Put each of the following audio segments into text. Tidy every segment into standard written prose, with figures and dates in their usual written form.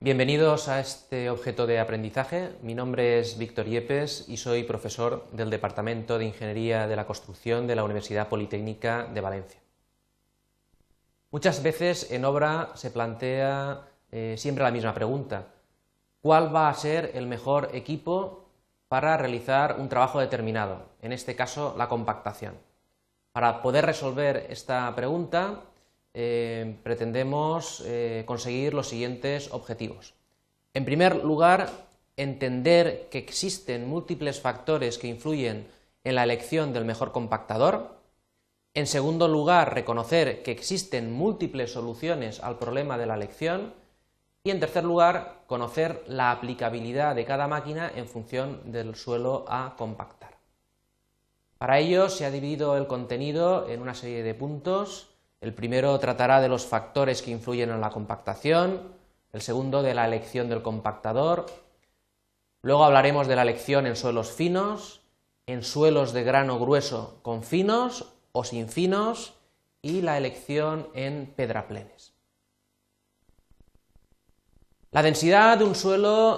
Bienvenidos a este objeto de aprendizaje. Mi nombre es Víctor Yepes y soy profesor del Departamento de Ingeniería de la Construcción de la Universidad Politécnica de Valencia. Muchas veces en obra se plantea siempre la misma pregunta: ¿cuál va a ser el mejor equipo para realizar un trabajo determinado? En este caso, la compactación. Para poder resolver esta pregunta, pretendemos conseguir los siguientes objetivos. En primer lugar, entender que existen múltiples factores que influyen en la elección del mejor compactador. En segundo lugar, reconocer que existen múltiples soluciones al problema de la elección. Y en tercer lugar, conocer la aplicabilidad de cada máquina en función del suelo a compactar. Para ello se ha dividido el contenido en una serie de puntos. El primero tratará de los factores que influyen en la compactación, el segundo de la elección del compactador, luego hablaremos de la elección en suelos finos, en suelos de grano grueso con finos o sin finos y la elección en pedraplenes. La densidad de un suelo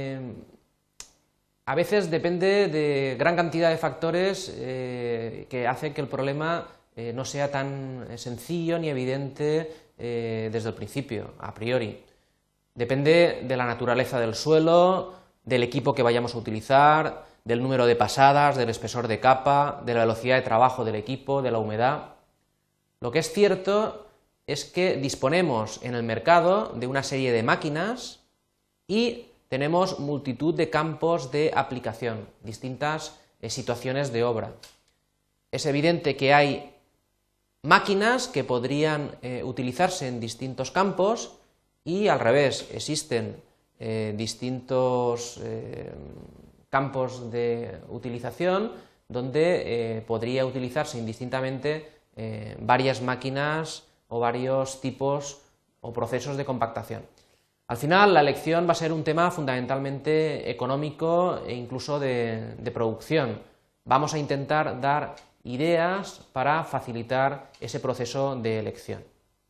a veces depende de gran cantidad de factores que hacen que el problema no sea tan sencillo ni evidente desde el principio, a priori. Depende de la naturaleza del suelo, del equipo que vayamos a utilizar, del número de pasadas, del espesor de capa, de la velocidad de trabajo del equipo, de la humedad. Lo que es cierto es que disponemos en el mercado de una serie de máquinas y tenemos multitud de campos de aplicación, distintas situaciones de obra. Es evidente que hay máquinas que podrían utilizarse en distintos campos y al revés, existen distintos campos de utilización donde podría utilizarse indistintamente varias máquinas o varios tipos o procesos de compactación. Al final, la elección va a ser un tema fundamentalmente económico e incluso de producción. Vamos a intentar dar ideas para facilitar ese proceso de elección.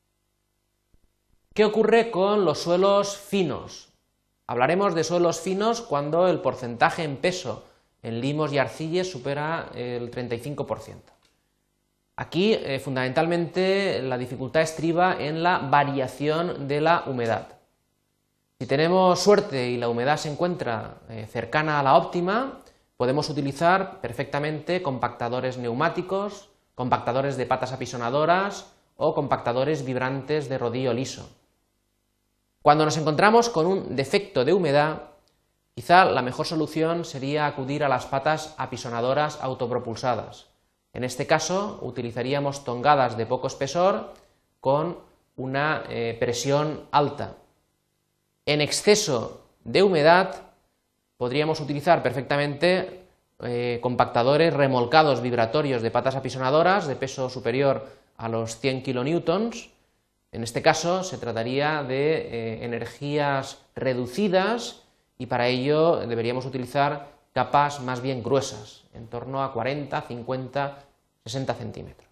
¿Qué ocurre con los suelos finos? Hablaremos de suelos finos cuando el porcentaje en peso en limos y arcillas supera el 35%. Aquí, fundamentalmente, la dificultad estriba en la variación de la humedad. Si tenemos suerte y la humedad se encuentra cercana a la óptima, podemos utilizar perfectamente compactadores neumáticos, compactadores de patas apisonadoras o compactadores vibrantes de rodillo liso. Cuando nos encontramos con un defecto de humedad, quizá la mejor solución sería acudir a las patas apisonadoras autopropulsadas. En este caso, utilizaríamos tongadas de poco espesor con una presión alta. En exceso de humedad, podríamos utilizar perfectamente compactadores remolcados vibratorios de patas apisonadoras de peso superior a los 100 kilonewtons. En este caso se trataría de energías reducidas y para ello deberíamos utilizar capas más bien gruesas, en torno a 40, 50, 60 centímetros.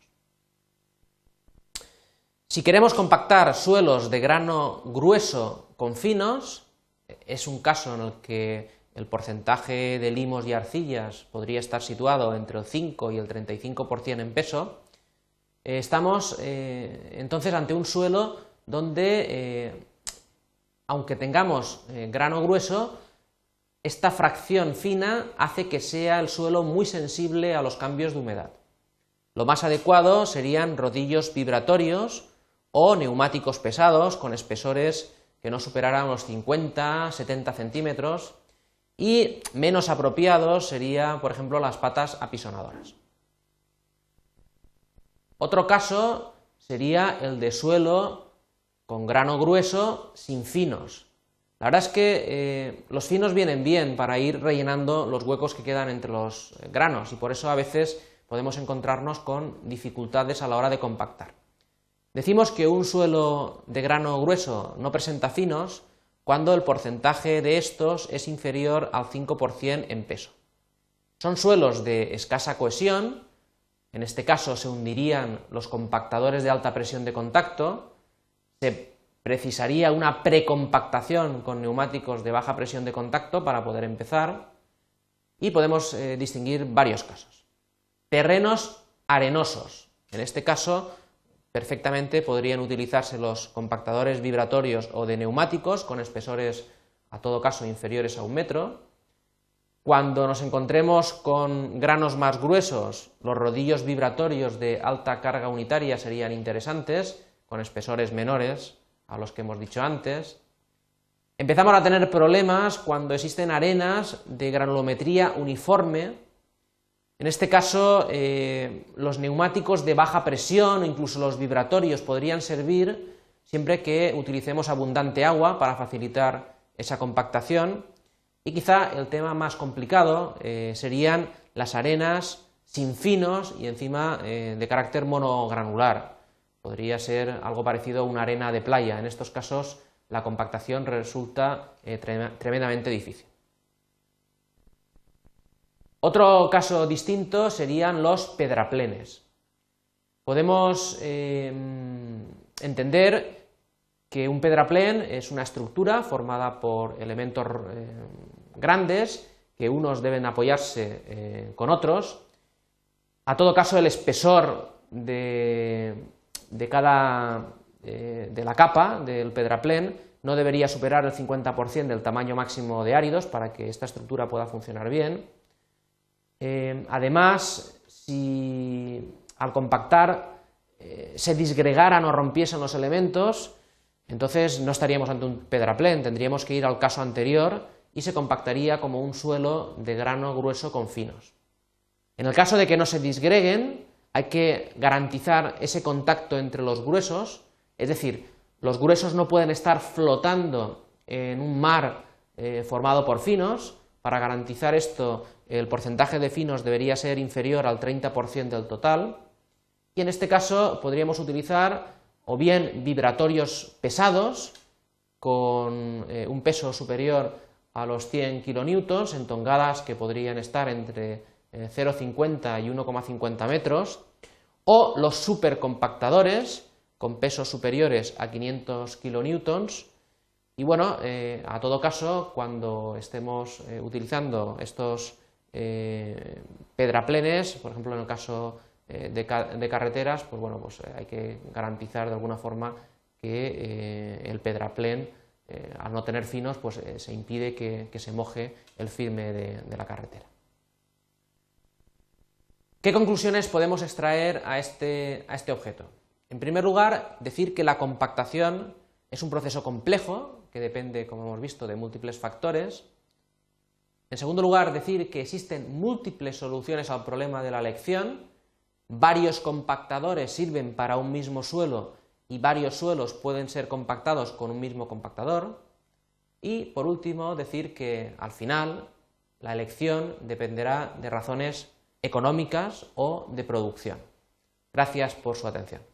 Si queremos compactar suelos de grano grueso con finos, es un caso en el que el porcentaje de limos y arcillas podría estar situado entre el 5 y el 35% en peso. Estamos entonces ante un suelo donde, aunque tengamos grano grueso, esta fracción fina hace que sea el suelo muy sensible a los cambios de humedad. Lo más adecuado serían rodillos vibratorios o neumáticos pesados con espesores que no superaran los 50-70 centímetros y menos apropiados serían, por ejemplo, las patas apisonadoras. Otro caso sería el de suelo con grano grueso sin finos. La verdad es que los finos vienen bien para ir rellenando los huecos que quedan entre los granos y por eso a veces podemos encontrarnos con dificultades a la hora de compactar. Decimos que un suelo de grano grueso no presenta finos cuando el porcentaje de estos es inferior al 5% en peso. Son suelos de escasa cohesión. En este caso se hundirían los compactadores de alta presión de contacto, se precisaría una precompactación con neumáticos de baja presión de contacto para poder empezar, y podemos distinguir varios casos. Terrenos arenosos. En este caso, perfectamente podrían utilizarse los compactadores vibratorios o de neumáticos con espesores, a todo caso, inferiores a 1 metro. Cuando nos encontremos con granos más gruesos, los rodillos vibratorios de alta carga unitaria serían interesantes, con espesores menores a los que hemos dicho antes. Empezamos a tener problemas cuando existen arenas de granulometría uniforme. En este caso, los neumáticos de baja presión o incluso los vibratorios podrían servir siempre que utilicemos abundante agua para facilitar esa compactación. Y quizá el tema más complicado serían las arenas sin finos y encima de carácter monogranular. Podría ser algo parecido a una arena de playa. En estos casos la compactación resulta tremendamente difícil. Otro caso distinto serían los pedraplenes. Podemos entender que un pedraplén es una estructura formada por elementos grandes que unos deben apoyarse con otros. A todo caso, el espesor de la capa del pedraplén no debería superar el 50% del tamaño máximo de áridos para que esta estructura pueda funcionar bien. Además, si al compactar se disgregaran o rompiesen los elementos, entonces no estaríamos ante un pedraplén, tendríamos que ir al caso anterior y se compactaría como un suelo de grano grueso con finos. En el caso de que no se disgreguen, hay que garantizar ese contacto entre los gruesos, es decir, los gruesos no pueden estar flotando en un mar formado por finos. Para garantizar esto, el porcentaje de finos debería ser inferior al 30% del total, y en este caso podríamos utilizar o bien vibratorios pesados con un peso superior a los 100 kilonewtons en tongadas que podrían estar entre 0,50 y 1,50 metros, o los supercompactadores con pesos superiores a 500 kilonewtons. Y bueno, a todo caso, cuando estemos utilizando estos pedraplenes, por ejemplo en el caso de carreteras, pues bueno, pues hay que garantizar de alguna forma que el pedraplén, al no tener finos, pues se impide que se moje el firme de la carretera. ¿Qué conclusiones podemos extraer a este objeto? En primer lugar, decir que la compactación es un proceso complejo que depende, como hemos visto, de múltiples factores. En segundo lugar, decir que existen múltiples soluciones al problema de la elección. Varios compactadores sirven para un mismo suelo y varios suelos pueden ser compactados con un mismo compactador. Y, por último, decir que, al final, la elección dependerá de razones económicas o de producción. Gracias por su atención.